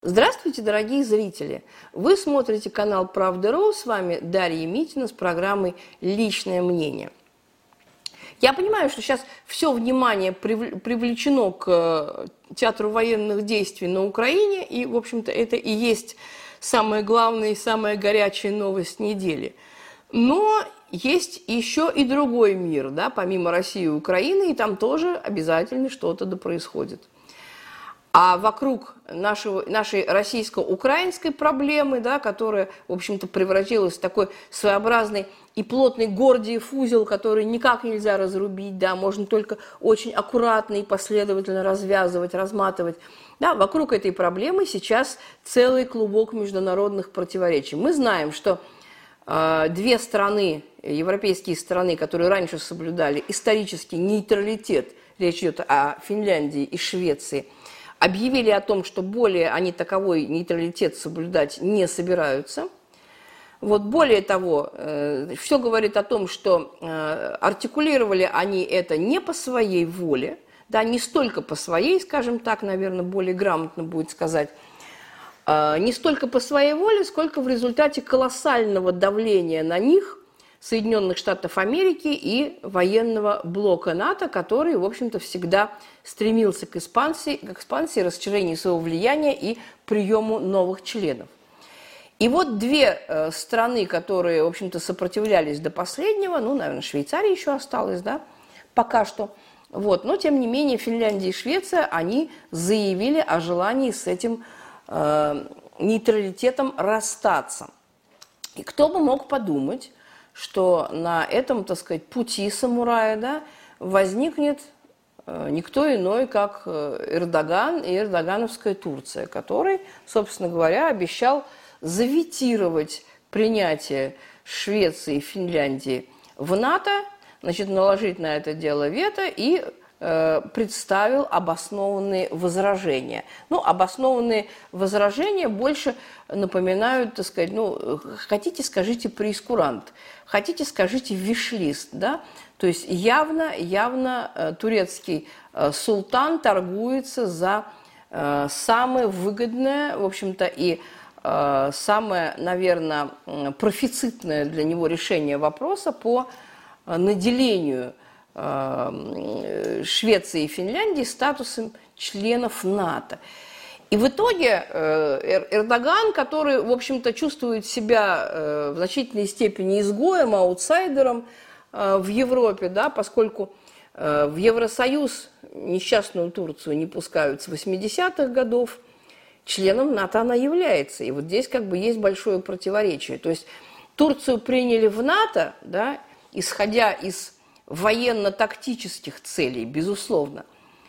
Здравствуйте, дорогие зрители! Вы смотрите канал Правда.ру, с вами Дарья Митина с программой «Личное мнение». Я понимаю, что сейчас все внимание привлечено к театру военных действий на Украине, и, в общем-то, это и есть самая главная и самая горячая новость недели. Но есть еще и другой мир, да, помимо России и Украины, и там тоже обязательно что-то да происходит. А вокруг нашей российско-украинской проблемы, да, которая, в общем-то, превратилась в такой своеобразный и плотный Гордиев узел, который никак нельзя разрубить, да, можно только очень аккуратно и последовательно развязывать, разматывать. Да, вокруг этой проблемы сейчас целый клубок международных противоречий. Мы знаем, что две страны, европейские страны, которые раньше соблюдали исторический нейтралитет, речь идет о Финляндии и Швеции, объявили о том, что более они таковой нейтралитет соблюдать не собираются. Вот, более того, все говорит о том, что артикулировали они это не по своей воле, да, не столько по своей, скажем так, наверное, более грамотно будет сказать, не столько по своей воле, сколько в результате колоссального давления на них Соединенных Штатов Америки и военного блока НАТО, который, в общем-то, всегда стремился к экспансии, расширению своего влияния и приему новых членов. И вот две страны, которые, в общем-то, сопротивлялись до последнего, ну, наверное, Швейцария еще осталась, да, пока что, вот, но, тем не менее, Финляндия и Швеция, они заявили о желании с этим нейтралитетом расстаться. И кто бы мог подумать, что на этом, так сказать, пути самурая, да, возникнет никто иной, как Эрдоган и эрдогановская Турция, который, собственно говоря, обещал заветировать принятие Швеции и Финляндии в НАТО, значит, наложить на это дело вето и представил обоснованные возражения. Ну, обоснованные возражения больше напоминают, так сказать, ну, хотите, скажите прейскурант, хотите, скажите виш-лист, да? То есть явно турецкий султан торгуется за самое выгодное, в общем-то, и самое, наверное, профицитное для него решение вопроса по наделению Швеции и Финляндии статусом членов НАТО. И в итоге Эрдоган, который, в общем-то, чувствует себя в значительной степени изгоем, аутсайдером в Европе, да, поскольку в Евросоюз несчастную Турцию не пускают с 80-х годов, членом НАТО она является. И вот здесь как бы есть большое противоречие. То есть Турцию приняли в НАТО, да, исходя из военно-тактических целей, безусловно,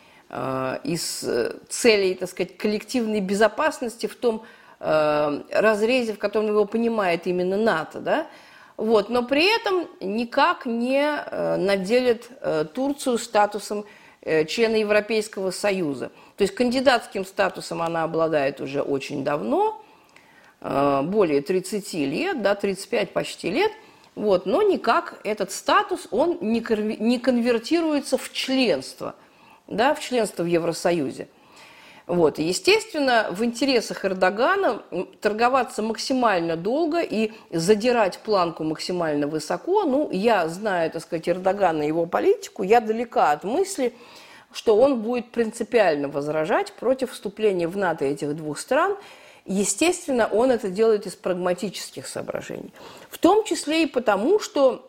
из целей, так сказать, коллективной безопасности в том разрезе, в котором его понимает именно НАТО, да? Вот, но при этом никак не наделит Турцию статусом члена Европейского Союза. То есть кандидатским статусом она обладает уже очень давно, более 30 лет, да, 35 почти лет. Вот, но никак этот статус, он не конвертируется в членство, да, в членство в Евросоюзе. Вот, и, естественно, в интересах Эрдогана торговаться максимально долго и задирать планку максимально высоко. Ну, я знаю, так сказать, Эрдогана и его политику, я далека от мысли, что он будет принципиально возражать против вступления в НАТО этих двух стран. Естественно, он это делает из прагматических соображений. В том числе и потому, что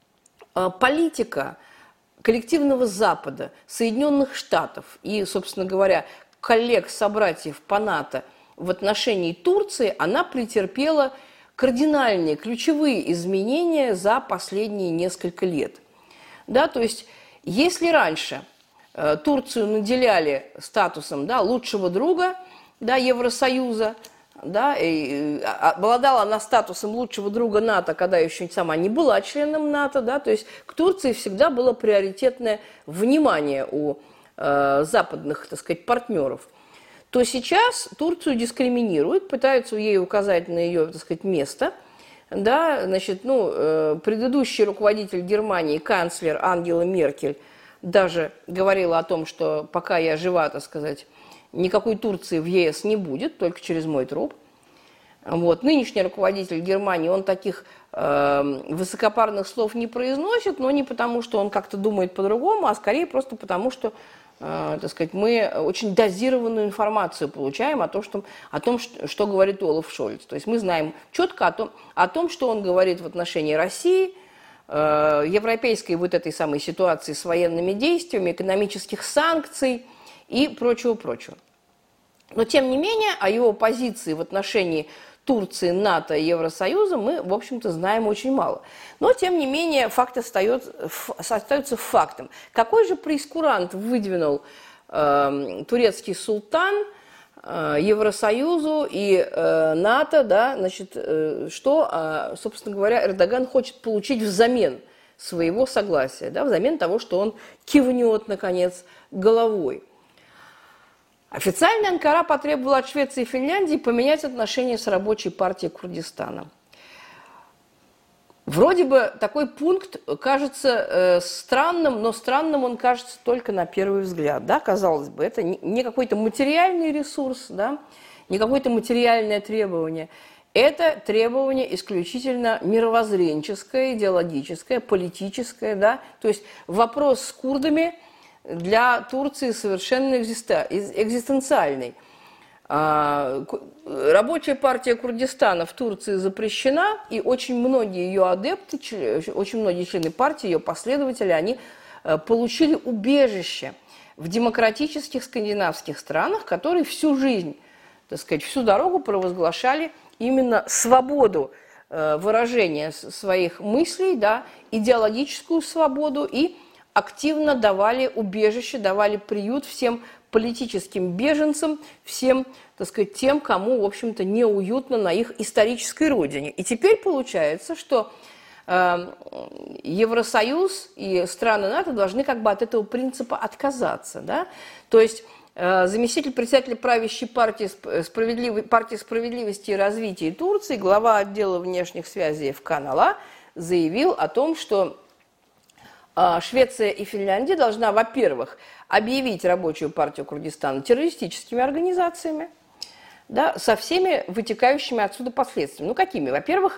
политика коллективного Запада, Соединенных Штатов и, собственно говоря, коллег-собратьев по НАТО в отношении Турции, она претерпела кардинальные, ключевые изменения за последние несколько лет. Да, то есть, если раньше Турцию наделяли статусом, да, лучшего друга, да, Евросоюза, да, и обладала она статусом лучшего друга НАТО, когда еще сама не была членом НАТО, да, то есть к Турции всегда было приоритетное внимание у западных, так сказать, партнеров, то сейчас Турцию дискриминируют, пытаются ей указать на ее, так сказать, место, да, значит, ну, предыдущий руководитель Германии, канцлер Ангела Меркель, даже говорила о том, что пока я жива, так сказать, никакой Турции в ЕС не будет, только через мой труп. Вот. Нынешний руководитель Германии, он таких высокопарных слов не произносит, но не потому, что он как-то думает по-другому, а скорее просто потому, что, так сказать, мы очень дозированную информацию получаем о том, что говорит Олаф Шольц. То есть мы знаем четко о том, что он говорит в отношении России, европейской вот этой самой ситуации с военными действиями, экономических санкций и прочего-прочего. Но, тем не менее, о его позиции в отношении Турции, НАТО и Евросоюза мы, в общем-то, знаем очень мало. Но, тем не менее, факт остается фактом. Какой же прейскурант выдвинул турецкий султан Евросоюзу и НАТО, да, значит, что, собственно говоря, Эрдоган хочет получить взамен своего согласия, да, взамен того, что он кивнет, наконец, головой. Официально Анкара потребовала от Швеции и Финляндии поменять отношения с рабочей партией Курдистана. Вроде бы такой пункт кажется странным, но странным он кажется только на первый взгляд. Да? Казалось бы, это не какой-то материальный ресурс, да? Не какое-то материальное требование. Это требование исключительно мировоззренческое, идеологическое, политическое. Да? То есть вопрос с курдами для Турции совершенно экзистенциальный. Рабочая партия Курдистана в Турции запрещена, и очень многие ее адепты, очень многие члены партии, ее последователи, они получили убежище в демократических скандинавских странах, которые всю жизнь, так сказать, всю дорогу провозглашали именно свободу выражения своих мыслей, да, идеологическую свободу и активно давали убежище, давали приют всем политическим беженцам, всем, так сказать, тем, кому, в общем-то, неуютно на их исторической родине. И теперь получается, что Евросоюз и страны НАТО должны как бы от этого принципа отказаться. Да? То есть заместитель председателя правящей партии справедливости и развития Турции, глава отдела внешних связей ФК НАЛА, заявил о том, что Швеция и Финляндия должна, во-первых, объявить рабочую партию Курдистана террористическими организациями, да, со всеми вытекающими отсюда последствиями. Ну, какими? Во-первых,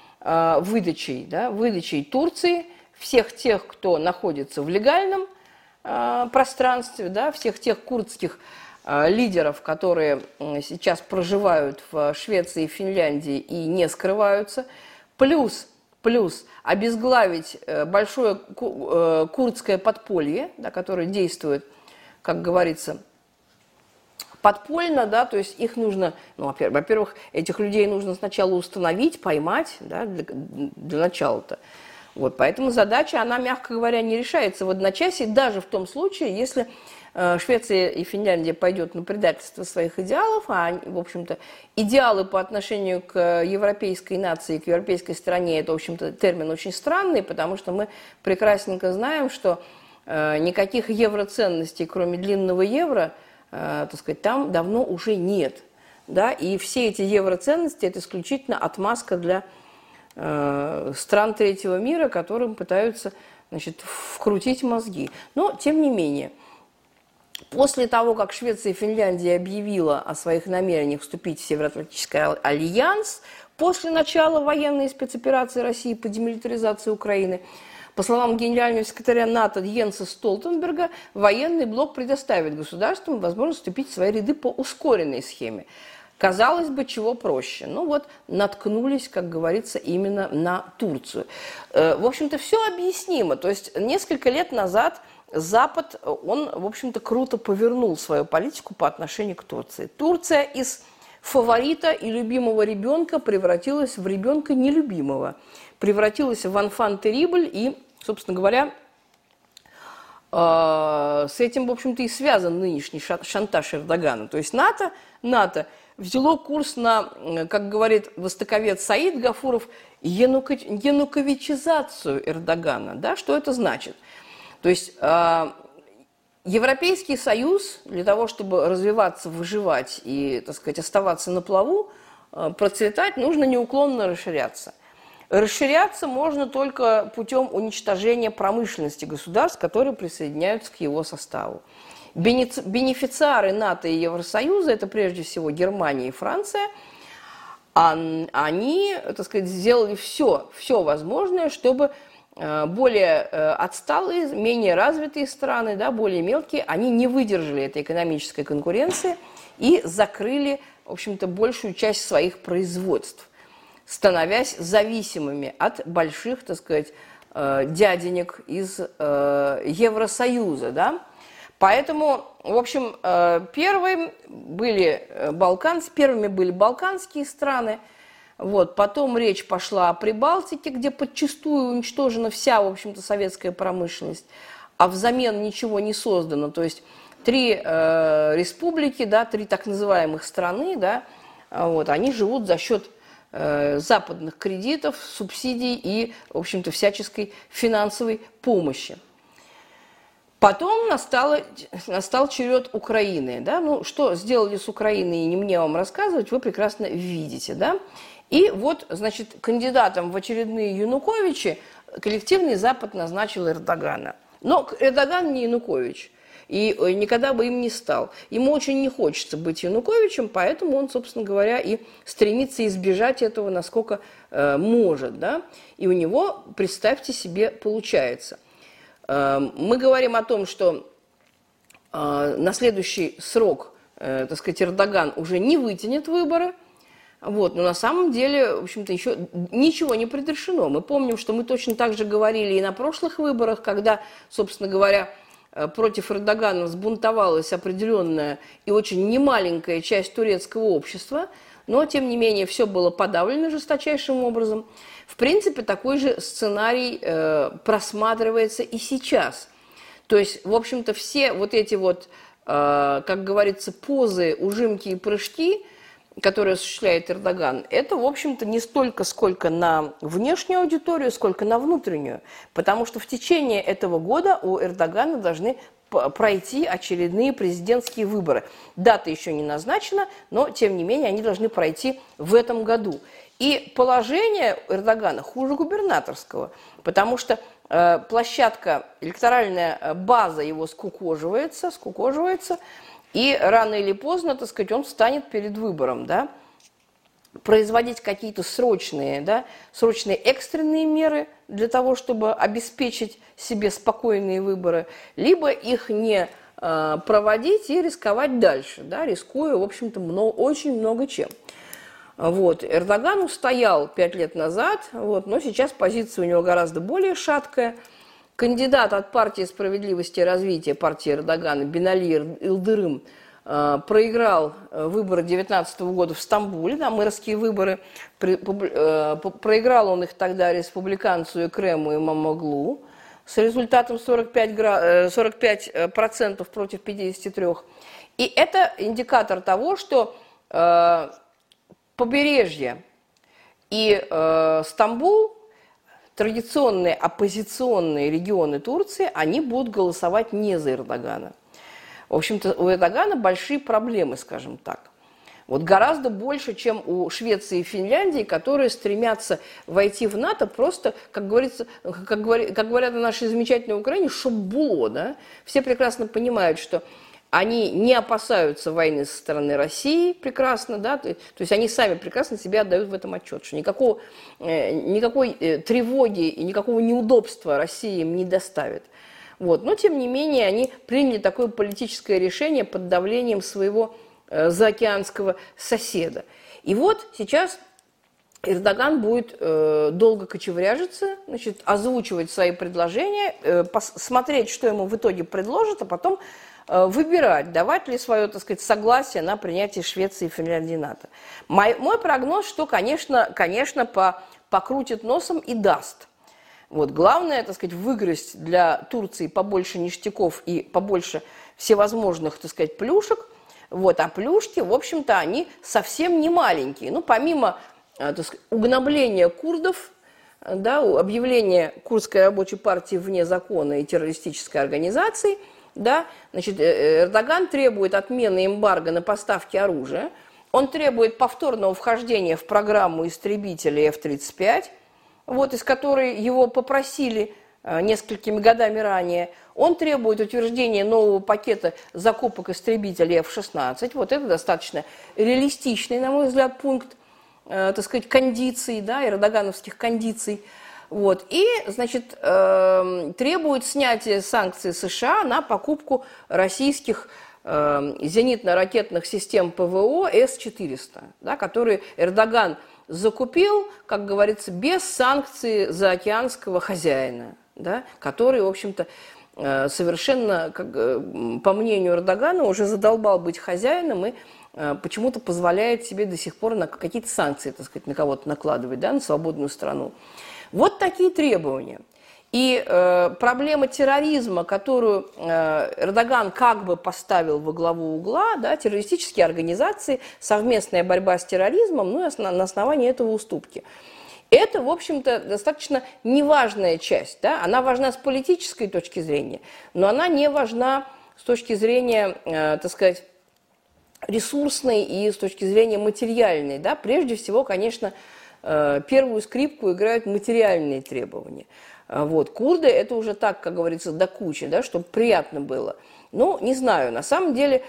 выдачей Турции всех тех, кто находится в легальном пространстве, да, всех тех курдских лидеров, которые сейчас проживают в Швеции и Финляндии и не скрываются, плюс обезглавить большое курдское подполье, да, которое действует, как говорится, подпольно, да, то есть их нужно, ну, во-первых, этих людей нужно сначала установить, поймать, да, для начала-то. Вот, поэтому задача, она, мягко говоря, не решается в одночасье, даже в том случае, если Швеция и Финляндия пойдет на предательство своих идеалов, а, в общем-то, идеалы по отношению к европейской нации, к европейской стране, это, в общем-то, термин очень странный, потому что мы прекрасненько знаем, что никаких евроценностей, кроме длинного евро, так сказать, там давно уже нет. Да? И все эти евроценности – это исключительно отмазка для стран третьего мира, которым пытаются, значит, вкрутить мозги. Но, тем не менее, после того, как Швеция и Финляндия объявила о своих намерениях вступить в Североатлантический альянс, после начала военной спецоперации России по демилитаризации Украины, по словам генерального секретаря НАТО Йенса Столтенберга, военный блок предоставит государствам возможность вступить в свои ряды по ускоренной схеме. Казалось бы, чего проще. Ну вот, наткнулись, как говорится, именно на Турцию. В общем-то, все объяснимо. То есть, несколько лет назад Запад, он, в общем-то, круто повернул свою политику по отношению к Турции. Турция из фаворита и любимого ребенка превратилась в ребенка нелюбимого. Превратилась в enfant terrible и, собственно говоря, с этим, в общем-то, и связан нынешний шантаж Эрдогана. То есть НАТО взяло курс на, как говорит востоковед Саид Гафуров, януковичизацию Эрдогана. Да? Что это значит? То есть Европейский Союз для того, чтобы развиваться, выживать и, так сказать, оставаться на плаву, процветать, нужно неуклонно расширяться. Расширяться можно только путем уничтожения промышленности государств, которые присоединяются к его составу. Бенефициары НАТО и Евросоюза, это прежде всего Германия и Франция, они, так сказать, сделали все возможное, чтобы более отсталые, менее развитые страны, да, более мелкие, они не выдержали этой экономической конкуренции и закрыли, в общем-то, большую часть своих производств, становясь зависимыми от больших, так сказать, дяденек из Евросоюза, да. Поэтому, в общем, первыми были балканские страны, вот, потом речь пошла о Прибалтике, где подчастую уничтожена вся, в общем-то, советская промышленность, а взамен ничего не создано, то есть 3 республики, да, 3 так называемых страны, да, вот, они живут за счет западных кредитов, субсидий и, в общем-то, всяческой финансовой помощи. Потом настал черед Украины. Да? Ну, что сделали с Украиной, и не мне вам рассказывать, вы прекрасно видите. Да? И вот, значит, кандидатом в очередные Януковичи коллективный Запад назначил Эрдогана. Но Эрдоган не Янукович, и никогда бы им не стал. Ему очень не хочется быть Януковичем, поэтому он, собственно говоря, и стремится избежать этого, насколько может. Да? И у него, представьте себе, получается. Мы говорим о том, что на следующий срок, так сказать, Эрдоган уже не вытянет выборы, вот, но на самом деле, в общем-то, еще ничего не предрешено. Мы помним, что мы точно так же говорили и на прошлых выборах, когда, собственно говоря, против Эрдогана взбунтовалась определенная и очень немаленькая часть турецкого общества, но, тем не менее, все было подавлено жесточайшим образом. В принципе, такой же сценарий просматривается и сейчас. То есть, в общем-то, все вот эти вот, как говорится, позы, ужимки и прыжки, которые осуществляет Эрдоган, это, в общем-то, не столько, сколько на внешнюю аудиторию, сколько на внутреннюю. Потому что в течение этого года у Эрдогана должны пройти очередные президентские выборы. Дата еще не назначена, но, тем не менее, они должны пройти в этом году. И положение Эрдогана хуже губернаторского, потому что площадка, электоральная база его скукоживается, и рано или поздно, так сказать, он встанет перед выбором, да, производить какие-то срочные экстренные меры для того, чтобы обеспечить себе спокойные выборы, либо их не проводить и рисковать дальше, да, рискуя, в общем-то, очень много чем. Вот. Эрдоган устоял 5 лет назад, вот, но сейчас позиция у него гораздо более шаткая. Кандидат от партии «Справедливости и развития», партии Эрдогана, Бинали Илдырым, проиграл выборы 2019 года в Стамбуле, да, мэрские выборы. Проиграл он их тогда республиканцу Экрему Имамоглу с результатом 45% против 53%. И это индикатор того, что побережье и Стамбул, традиционные оппозиционные регионы Турции, они будут голосовать не за Эрдогана. В общем-то, у Эрдогана большие проблемы, скажем так. Вот гораздо больше, чем у Швеции и Финляндии, которые стремятся войти в НАТО просто, как говорится, как говорят на нашей замечательной Украине, чтоб было, да? Все прекрасно понимают, что они не опасаются войны со стороны России прекрасно, да, то есть они сами прекрасно себе отдают в этом отчет, что никакой тревоги и никакого неудобства Россия им не доставит. Вот. Но, тем не менее, они приняли такое политическое решение под давлением своего заокеанского соседа. И вот сейчас Эрдоган будет долго кочевряжиться, значит, озвучивать свои предложения, смотреть, что ему в итоге предложат, а потом выбирать, давать ли свое, так сказать, согласие на принятие Швеции и Финляндии НАТО. Мой прогноз, что, конечно, покрутит носом и даст. Вот. Главное, так сказать, выгрызть для Турции побольше ништяков и побольше всевозможных, так сказать, плюшек. Вот. А плюшки, в общем-то, они совсем не маленькие. Ну, помимо, так сказать, угнобления курдов, да, объявления Курдской рабочей партии вне закона и террористической организацией, да, значит, Эрдоган требует отмены эмбарго на поставки оружия, он требует повторного вхождения в программу истребителей F-35, вот, из которой его попросили несколькими годами ранее. Он требует утверждения нового пакета закупок истребителей F-16. Вот это достаточно реалистичный, на мой взгляд, пункт, так сказать, кондиций, да, эрдогановских кондиций. Вот. И, значит, требует снятия санкций США на покупку российских зенитно-ракетных систем ПВО С-400, да, которые Эрдоган закупил, как говорится, без санкций заокеанского хозяина, да, который, в общем-то, совершенно, по мнению Эрдогана, уже задолбал быть хозяином и почему-то позволяет себе до сих пор на какие-то санкции, так сказать, на кого-то накладывать, да, на свободную страну. Вот такие требования. И проблема терроризма, которую Эрдоган как бы поставил во главу угла, да, террористические организации, совместная борьба с терроризмом, ну и на основании этого уступки. Это, в общем-то, достаточно неважная часть. Да? Она важна с политической точки зрения, но она не важна с точки зрения, так сказать, ресурсной и с точки зрения материальной. Да? Прежде всего, конечно, первую скрипку играют материальные требования. Вот. Курды – это уже так, как говорится, до кучи, да, чтобы приятно было. Ну, не знаю, на самом деле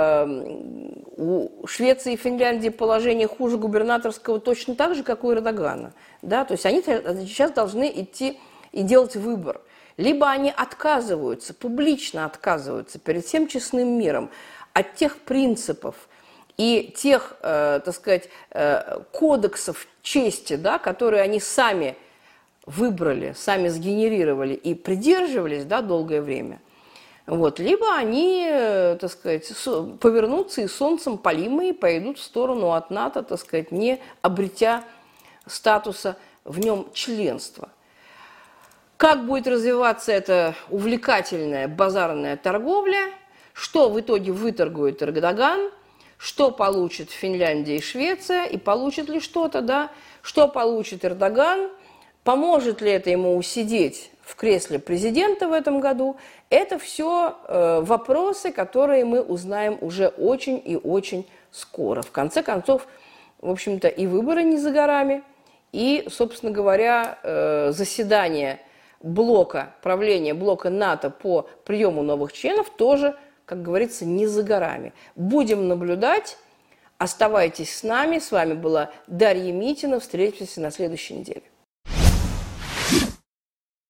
у Швеции и Финляндии положение хуже губернаторского точно так же, как у Эрдогана. Да? То есть они сейчас должны идти и делать выбор. Либо они отказываются, публично отказываются перед всем честным миром от тех принципов и тех, так сказать, кодексов чести, да, которые они сами выбрали, сами сгенерировали и придерживались, да, долгое время. Вот. Либо они, так сказать, повернутся и солнцем полимые пойдут в сторону от НАТО, так сказать, не обретя статуса в нем членства. Как будет развиваться эта увлекательная базарная торговля, что в итоге выторгует Эрдоган, что получит Финляндия и Швеция, и получит ли что-то, да, что получит Эрдоган, поможет ли это ему усидеть в кресле президента в этом году, это все вопросы, которые мы узнаем уже очень и очень скоро. В конце концов, в общем-то, и выборы не за горами, и, собственно говоря, заседание блока, правления блока НАТО по приему новых членов тоже, как говорится, не за горами. Будем наблюдать. Оставайтесь с нами. С вами была Дарья Митина. Встретимся на следующей неделе.